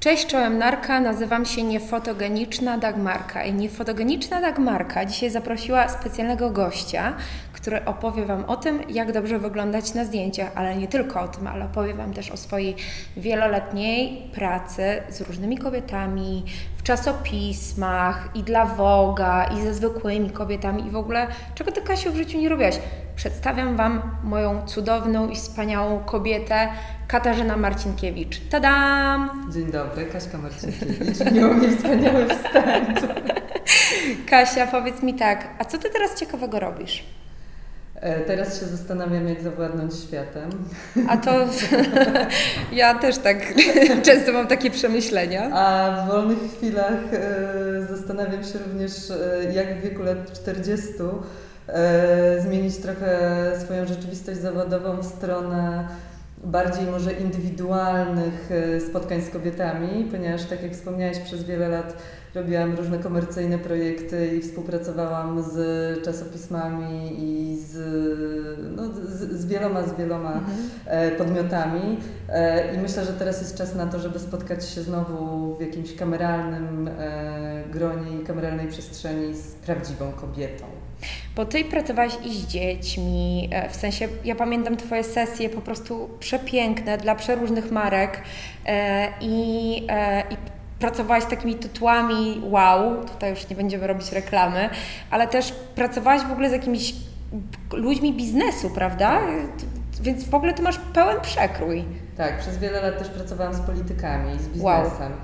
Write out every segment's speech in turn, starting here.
Cześć, czołem Narka, nazywam się Niefotogeniczna Dagmarka i Niefotogeniczna Dagmarka dzisiaj zaprosiła specjalnego gościa, który opowie Wam o tym, jak dobrze wyglądać na zdjęciach, ale nie tylko o tym, ale opowie Wam też o swojej wieloletniej pracy z różnymi kobietami, w czasopismach i dla Vogue'a i ze zwykłymi kobietami i w ogóle, czego Ty, Kasiu, w życiu nie robiłaś. Przedstawiam Wam moją cudowną i wspaniałą kobietę, Katarzyna Marcinkiewicz. Tadam! Dzień dobry, Kaśka Marcinkiewicz. Miło mi wspaniały wstęp. Kasia, powiedz mi tak, a co Ty teraz ciekawego robisz? Teraz się zastanawiam, jak zawładnąć światem. A to ja też tak często mam takie przemyślenia. A w wolnych chwilach zastanawiam się również, jak w wieku lat 40 zmienić trochę swoją rzeczywistość zawodową w stronę bardziej może indywidualnych spotkań z kobietami, ponieważ tak jak wspomniałeś, przez wiele lat robiłam różne komercyjne projekty i współpracowałam z czasopismami i z wieloma podmiotami i myślę, że teraz jest czas na to, żeby spotkać się znowu w jakimś kameralnym gronie i kameralnej przestrzeni z prawdziwą kobietą. Bo Ty pracowałaś i z dziećmi, w sensie ja pamiętam Twoje sesje po prostu przepiękne dla przeróżnych marek i pracowałaś z takimi tytułami wow, tutaj już nie będziemy robić reklamy, ale też pracowałaś w ogóle z jakimiś ludźmi biznesu, prawda? Więc w ogóle Ty masz pełen przekrój. Tak, przez wiele lat też pracowałam z politykami, z biznesem. Wow.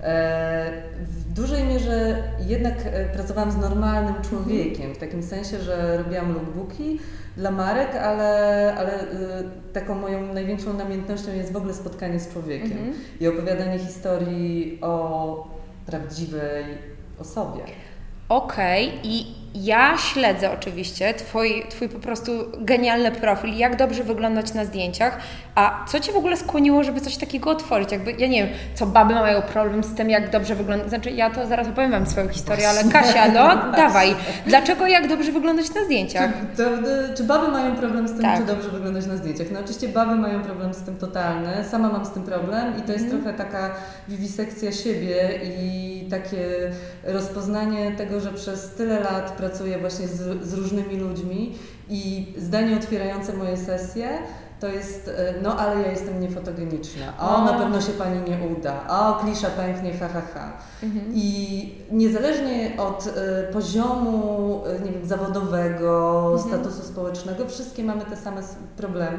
W dużej mierze jednak pracowałam z normalnym człowiekiem, w takim sensie, że robiłam lookbooki dla marek, ale taką moją największą namiętnością jest w ogóle spotkanie z człowiekiem i opowiadanie historii o prawdziwej osobie. Okej, i ja śledzę oczywiście twój po prostu genialny profil, jak dobrze wyglądać na zdjęciach, a co Cię w ogóle skłoniło, żeby coś takiego otworzyć? Jakby, ja nie wiem, co baby mają problem z tym, jak dobrze wyglądać, znaczy ja to zaraz opowiem Wam swoją historię, ale Kasia, no dawaj, dlaczego jak dobrze wyglądać na zdjęciach? Czy baby mają problem z tym, tak. czy dobrze wyglądać na zdjęciach? No oczywiście baby mają problem z tym totalny, sama mam z tym problem i to jest trochę taka wiwisekcja siebie i takie rozpoznanie tego, że przez tyle lat pracuję właśnie z różnymi ludźmi i zdanie otwierające moje sesje to jest, no ale ja jestem niefotogeniczna, na pewno się Pani nie uda, klisza pęknie, ha. I niezależnie od poziomu, nie wiem, zawodowego, statusu społecznego, wszystkie mamy te same problemy.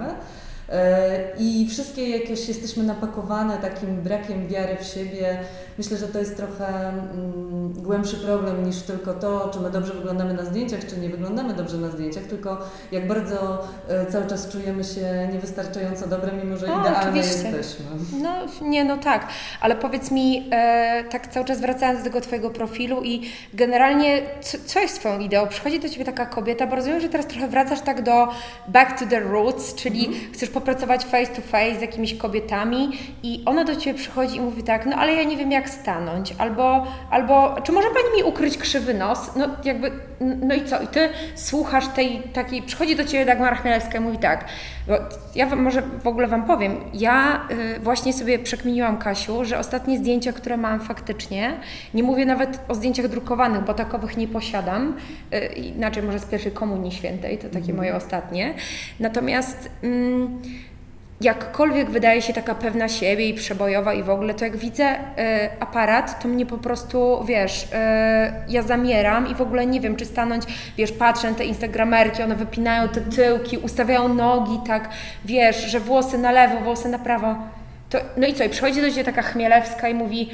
I wszystkie jakoś jesteśmy napakowane takim brakiem wiary w siebie. Myślę, że to jest trochę głębszy problem niż tylko to, czy my dobrze wyglądamy na zdjęciach, czy nie wyglądamy dobrze na zdjęciach, tylko jak bardzo cały czas czujemy się niewystarczająco dobre, mimo że idealne jesteśmy. No tak, ale powiedz mi, tak cały czas wracając do tego Twojego profilu i generalnie co jest Twoją ideą? Przychodzi do Ciebie taka kobieta, bo rozumiem, że teraz trochę wracasz tak do back to the roots, czyli chcesz popracować face to face z jakimiś kobietami i ona do Ciebie przychodzi i mówi tak, no ale ja nie wiem jak stanąć, albo czy może Pani mi ukryć krzywy nos? No i co? I Ty słuchasz tej takiej, przychodzi do Ciebie Dagmara Chmielewska i mówi tak, bo ja może w ogóle Wam powiem, ja właśnie sobie przekminiłam, Kasiu, że ostatnie zdjęcia, które mam faktycznie, nie mówię nawet o zdjęciach drukowanych, bo takowych nie posiadam, inaczej może z pierwszej komunii świętej, to takie moje ostatnie, natomiast jakkolwiek wydaje się taka pewna siebie i przebojowa i w ogóle, to jak widzę aparat, to mnie po prostu, wiesz, ja zamieram i w ogóle nie wiem, czy stanąć, wiesz, patrzę na te instagramerki, one wypinają te tyłki, ustawiają nogi tak, wiesz, że włosy na lewo, włosy na prawo. No i co? I przychodzi do Ciebie taka Chmielewska i mówi,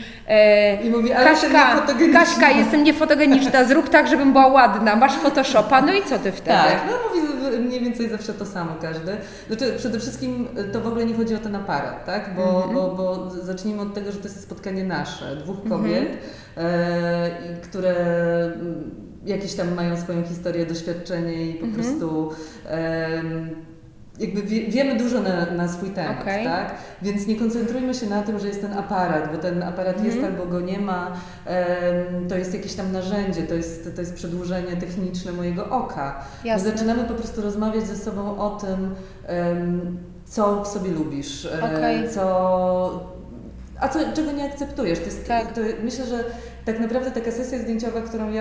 Kaśka, jestem niefotogeniczna, zrób tak, żebym była ładna, masz Photoshopa, no i co Ty wtedy? Tak, mówi mniej więcej zawsze to samo każdy. Znaczy, przede wszystkim to w ogóle nie chodzi o ten aparat, tak? Bo zacznijmy od tego, że to jest spotkanie nasze, dwóch kobiet, które jakieś tam mają swoją historię, doświadczenie i po prostu jakby wiemy dużo na swój temat, tak? Więc nie koncentrujmy się na tym, że jest ten aparat, bo ten aparat jest albo go nie ma, to jest jakieś tam narzędzie, to jest przedłużenie techniczne mojego oka. Jasne. My zaczynamy po prostu rozmawiać ze sobą o tym, co w sobie lubisz, czego nie akceptujesz. To jest, Tak. myślę, że tak naprawdę taka sesja zdjęciowa,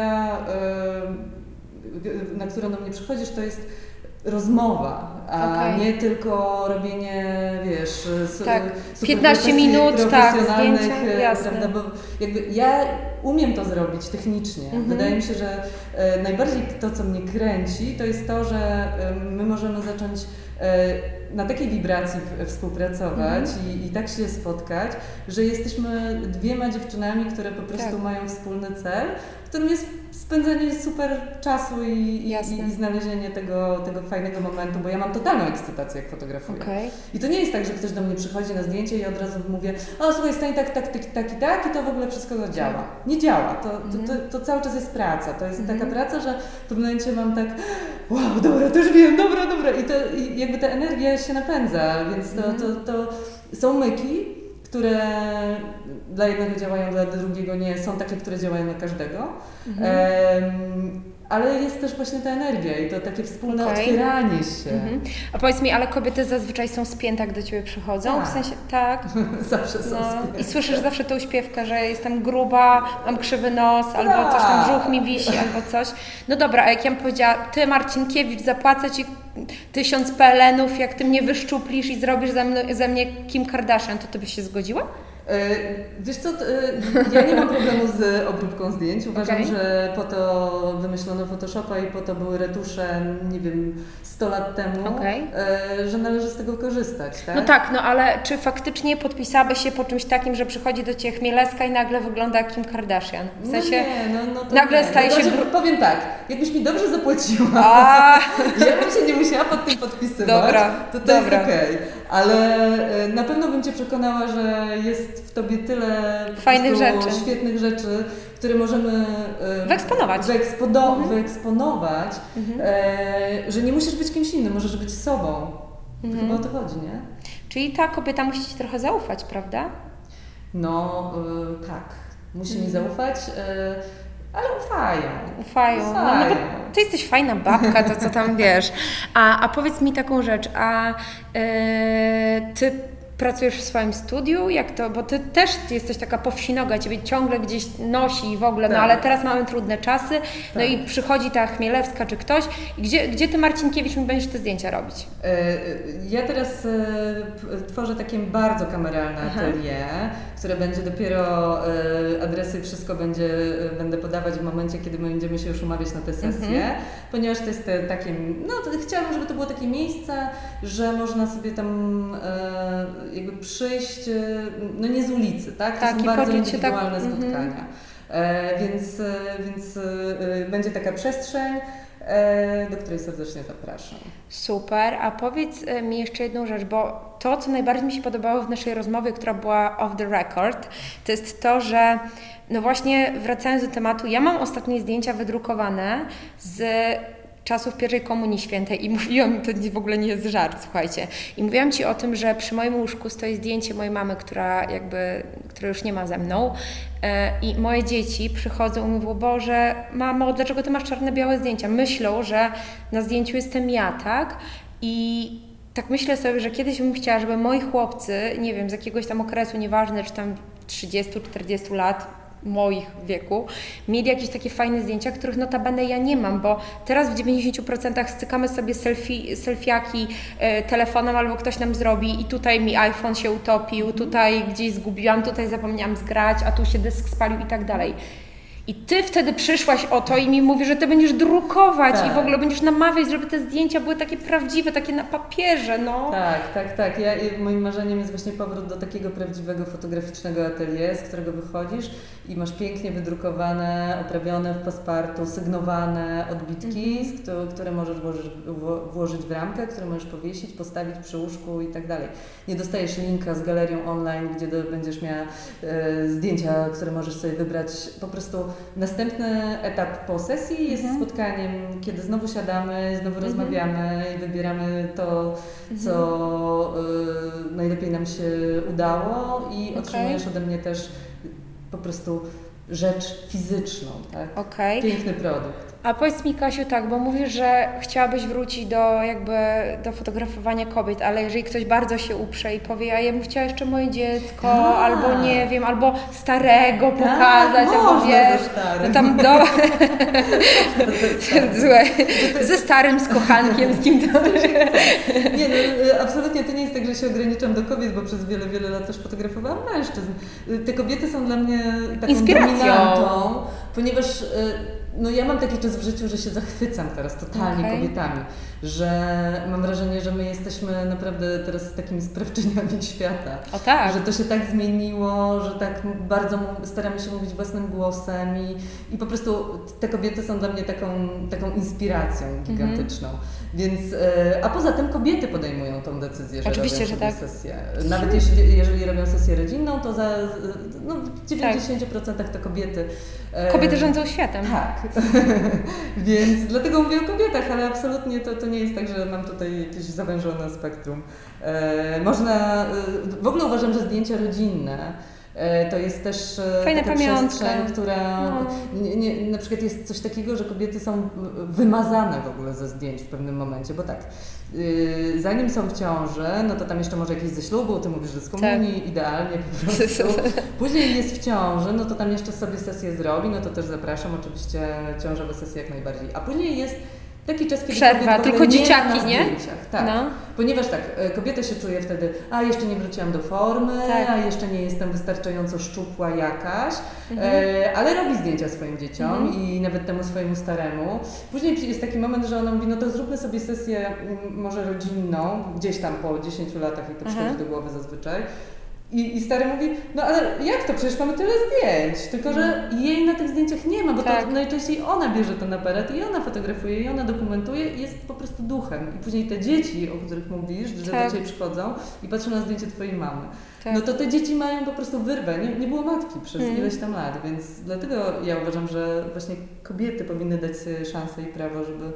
na którą do mnie przychodzisz, to jest rozmowa, a nie tylko robienie, wiesz, tak. 15 minut, profesjonalnych, zdjęcia, jasne. prawda, bo jakby ja umiem to zrobić technicznie. Wydaje mi się, że najbardziej to, co mnie kręci, to jest to, że my możemy zacząć na takiej wibracji współpracować i tak się spotkać, że jesteśmy dwiema dziewczynami, które po prostu mają wspólny cel, którym jest spędzenie super czasu i znalezienie tego fajnego momentu, bo ja mam totalną ekscytację, jak fotografuję. I to nie jest tak, że ktoś do mnie przychodzi na zdjęcie i od razu mówię, o słuchaj, stań tak i to w ogóle wszystko zadziała. Nie działa. To cały czas jest praca. To jest taka praca, że w pewnym momencie mam tak, wow, dobra, to już wiem, dobra. I jakby ta energia się napędza, więc to są myki, które dla jednego działają, dla drugiego nie, są takie, które działają na każdego. Ale jest też właśnie ta energia i to takie wspólne otwieranie się. A powiedz mi, ale kobiety zazwyczaj są spięte, jak do Ciebie przychodzą? Tak. W sensie, tak? Zawsze są spięte. I słyszysz zawsze tę uśpiewkę, że jestem gruba, mam krzywy nos, albo coś tam, brzuch mi wisi, albo coś. No dobra, a jak ja bym powiedziała, Ty Marcinkiewicz, zapłacę Ci 1000 PLN-ów, jak Ty mnie wyszczuplisz i zrobisz ze mnie Kim Kardashian, to Ty byś się zgodziła? Wiesz co, ja nie mam problemu z obróbką zdjęć. Uważam, że po to wymyślono Photoshopa i po to były retusze, nie wiem, 100 lat temu, że należy z tego korzystać, tak? No tak, no ale czy faktycznie podpisałabyś się po czymś takim, że przychodzi do Ciebie Chmielewska i nagle wygląda jak Kim Kardashian? W sensie, nagle staje się... Powiem tak, jakbyś mi dobrze zapłaciła, ja bym się nie musiała pod tym podpisywać, to jest okej. Ale na pewno bym Cię przekonała, że jest w Tobie tyle fajnych rzeczy, świetnych rzeczy, które możemy wyeksponować, że nie musisz być kimś innym, możesz być sobą. Chyba o to chodzi, nie? Czyli ta kobieta musi Ci trochę zaufać, prawda? No, tak. Musi mi zaufać. Ale ufają. No bo Ty jesteś fajna babka, to co tam wiesz. A powiedz mi taką rzecz, Ty pracujesz w swoim studiu? Jak to? Bo Ty też jesteś taka powsinoga, Ciebie ciągle gdzieś nosi w ogóle, no ale teraz mamy trudne czasy, no i przychodzi ta Chmielewska czy ktoś. Gdzie Ty, Marcinkiewicz, mi będziesz te zdjęcia robić? Ja teraz tworzę takie bardzo kameralne atelier, które będzie dopiero, adresy, wszystko będę podawać w momencie, kiedy będziemy się już umawiać na te sesje, ponieważ to jest takie, chciałabym, żeby to było takie miejsce, że można sobie tam jakby przyjść, no nie z ulicy, tak? To są bardzo indywidualne spotkania. Więc będzie taka przestrzeń, do której serdecznie zapraszam. Super, a powiedz mi jeszcze jedną rzecz, bo to, co najbardziej mi się podobało w naszej rozmowie, która była off the record, to jest to, że no właśnie wracając do tematu, ja mam ostatnie zdjęcia wydrukowane z czasów pierwszej Komunii Świętej i mówiłam, to w ogóle nie jest żart, słuchajcie, i mówiłam Ci o tym, że przy moim łóżku stoi zdjęcie mojej mamy, która już nie ma ze mną i moje dzieci przychodzą i mówią, Boże, mamo, dlaczego Ty masz czarno-białe zdjęcia? Myślą, że na zdjęciu jestem ja, tak? I tak myślę sobie, że kiedyś bym chciała, żeby moi chłopcy, nie wiem, z jakiegoś tam okresu, nieważne, czy tam 30-40 lat, moich wieku, mieli jakieś takie fajne zdjęcia, których notabene ja nie mam, bo teraz w 90% stykamy sobie selfiaki telefonem albo ktoś nam zrobi i tutaj mi iPhone się utopił, tutaj gdzieś zgubiłam, tutaj zapomniałam zgrać, a tu się dysk spalił i tak dalej. I Ty wtedy przyszłaś o to i mi mówisz, że Ty będziesz drukować i w ogóle będziesz namawiać, żeby te zdjęcia były takie prawdziwe, takie na papierze, no. Tak. Moim marzeniem jest właśnie powrót do takiego prawdziwego fotograficznego atelier, z którego wychodzisz i masz pięknie wydrukowane, oprawione w passepartout, sygnowane odbitki, które możesz włożyć w ramkę, które możesz powiesić, postawić przy łóżku i tak dalej. Nie dostajesz linka z galerią online, gdzie będziesz miała zdjęcia, które możesz sobie wybrać. Po prostu następny etap po sesji jest spotkaniem, kiedy znowu siadamy, znowu rozmawiamy i wybieramy to, co najlepiej nam się udało i otrzymujesz ode mnie też po prostu rzecz fizyczną, tak? Piękny produkt. A powiedz mi, Kasiu, tak, bo mówisz, że chciałabyś wrócić do fotografowania kobiet, ale jeżeli ktoś bardzo się uprze i powie, a ja bym chciała jeszcze moje dziecko, albo nie wiem, albo starego pokazać, albo wiesz, no tam Złe. Ze starym, z kochankiem, z kim to... Nie, no, absolutnie to nie jest tak, że się ograniczam do kobiet, bo przez wiele, wiele lat też fotografowałam mężczyzn. Te kobiety są dla mnie taką dominantą, ponieważ no ja mam taki czas w życiu, że się zachwycam teraz totalnie kobietami, że mam wrażenie, że my jesteśmy naprawdę teraz takimi sprawczyniami świata. O tak. Że to się tak zmieniło, że tak bardzo staramy się mówić własnym głosem i po prostu te kobiety są dla mnie taką inspiracją gigantyczną. Więc, a poza tym kobiety podejmują tą decyzję, że oczywiście, robią że sesję. Nawet jeżeli robią sesję rodzinną, to w 90% to kobiety. Kobiety rządzą światem. Tak. Więc dlatego mówię o kobietach, ale absolutnie to nie jest tak, że mam tutaj jakieś zawężone spektrum. W ogóle uważam, że zdjęcia rodzinne to jest też fajna taka przestrzeń, która na przykład jest coś takiego, że kobiety są wymazane w ogóle ze zdjęć w pewnym momencie, bo tak, zanim są w ciąży, no to tam jeszcze może jakieś ze ślubu, ty mówisz, że z komunii, idealnie po prostu. Później jest w ciąży, no to tam jeszcze sobie sesję zrobi, no to też zapraszam, oczywiście ciążowe sesje jak najbardziej. A później jest taki czas, kiedy przerwa, tylko dzieciaki, nie? Tak. No. Ponieważ tak, kobieta się czuje wtedy, a jeszcze nie wróciłam do formy, a jeszcze nie jestem wystarczająco szczupła jakaś, ale robi zdjęcia swoim dzieciom i nawet temu swojemu staremu. Później jest taki moment, że ona mówi, no to zróbmy sobie sesję może rodzinną, gdzieś tam po 10 latach, jak to przychodzi do głowy zazwyczaj. I stary mówi, no ale jak to? Przecież mamy tyle zdjęć, tylko że jej na tych zdjęciach nie ma, bo to najczęściej ona bierze ten aparat i ona fotografuje i ona dokumentuje i jest po prostu duchem. I później te dzieci, o których mówisz, że do Ciebie przychodzą i patrzą na zdjęcie Twojej mamy, no to te dzieci mają po prostu wyrwę, nie było matki przez ileś tam lat, więc dlatego ja uważam, że właśnie kobiety powinny dać sobie szansę i prawo,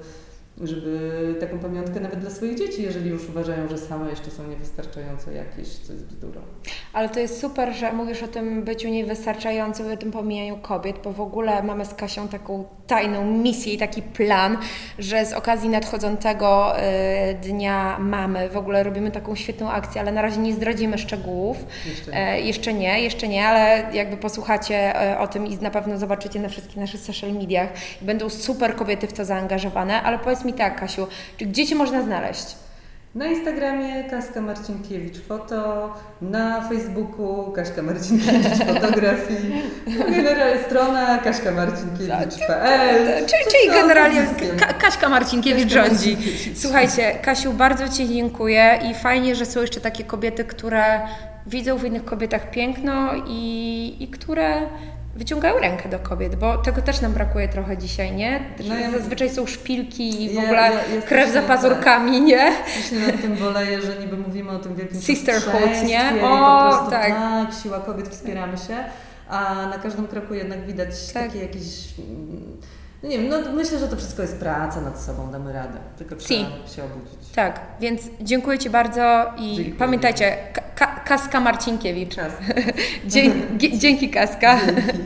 żeby taką pamiątkę nawet dla swoich dzieci, jeżeli już uważają, że same jeszcze są niewystarczająco jakieś, co jest bzdurą. Ale to jest super, że mówisz o tym byciu niewystarczającym, o tym pomijaniu kobiet, bo w ogóle mamy z Kasią taką tajną misję i taki plan, że z okazji nadchodzącego Dnia Mamy w ogóle robimy taką świetną akcję, ale na razie nie zdradzimy szczegółów. Jeszcze nie, ale jakby posłuchacie o tym i na pewno zobaczycie na wszystkich naszych social mediach. Będą super kobiety w to zaangażowane, ale powiedz mi tak, Kasiu, gdzie Cię można znaleźć? Na Instagramie Kaśka Marcinkiewicz Foto, na Facebooku Kaśka Marcinkiewicz Fotografii, generalnie strona kaśkamarcinkiewicz.pl. Czyli generalnie Kaśka Marcinkiewicz rządzi. Słuchajcie, Kasiu, bardzo Ci dziękuję i fajnie, że są jeszcze takie kobiety, które widzą w innych kobietach piękno i które wyciągają rękę do kobiet, bo tego też nam brakuje trochę dzisiaj, nie? Zazwyczaj są szpilki i w ogóle krew za pazurkami, nie? Właśnie nad tym boleję, że niby mówimy o tym wielkim sisterhood, nie? O, po prostu tak, siła kobiet, wspieramy się, a na każdym kroku jednak widać taki jakiś... No nie wiem, no myślę, że to wszystko jest praca nad sobą, damy radę, tylko trzeba się obudzić. Tak, więc dziękuję Ci bardzo i pamiętajcie, Kaśka Marcinkiewicz. Dzięki Kaśka.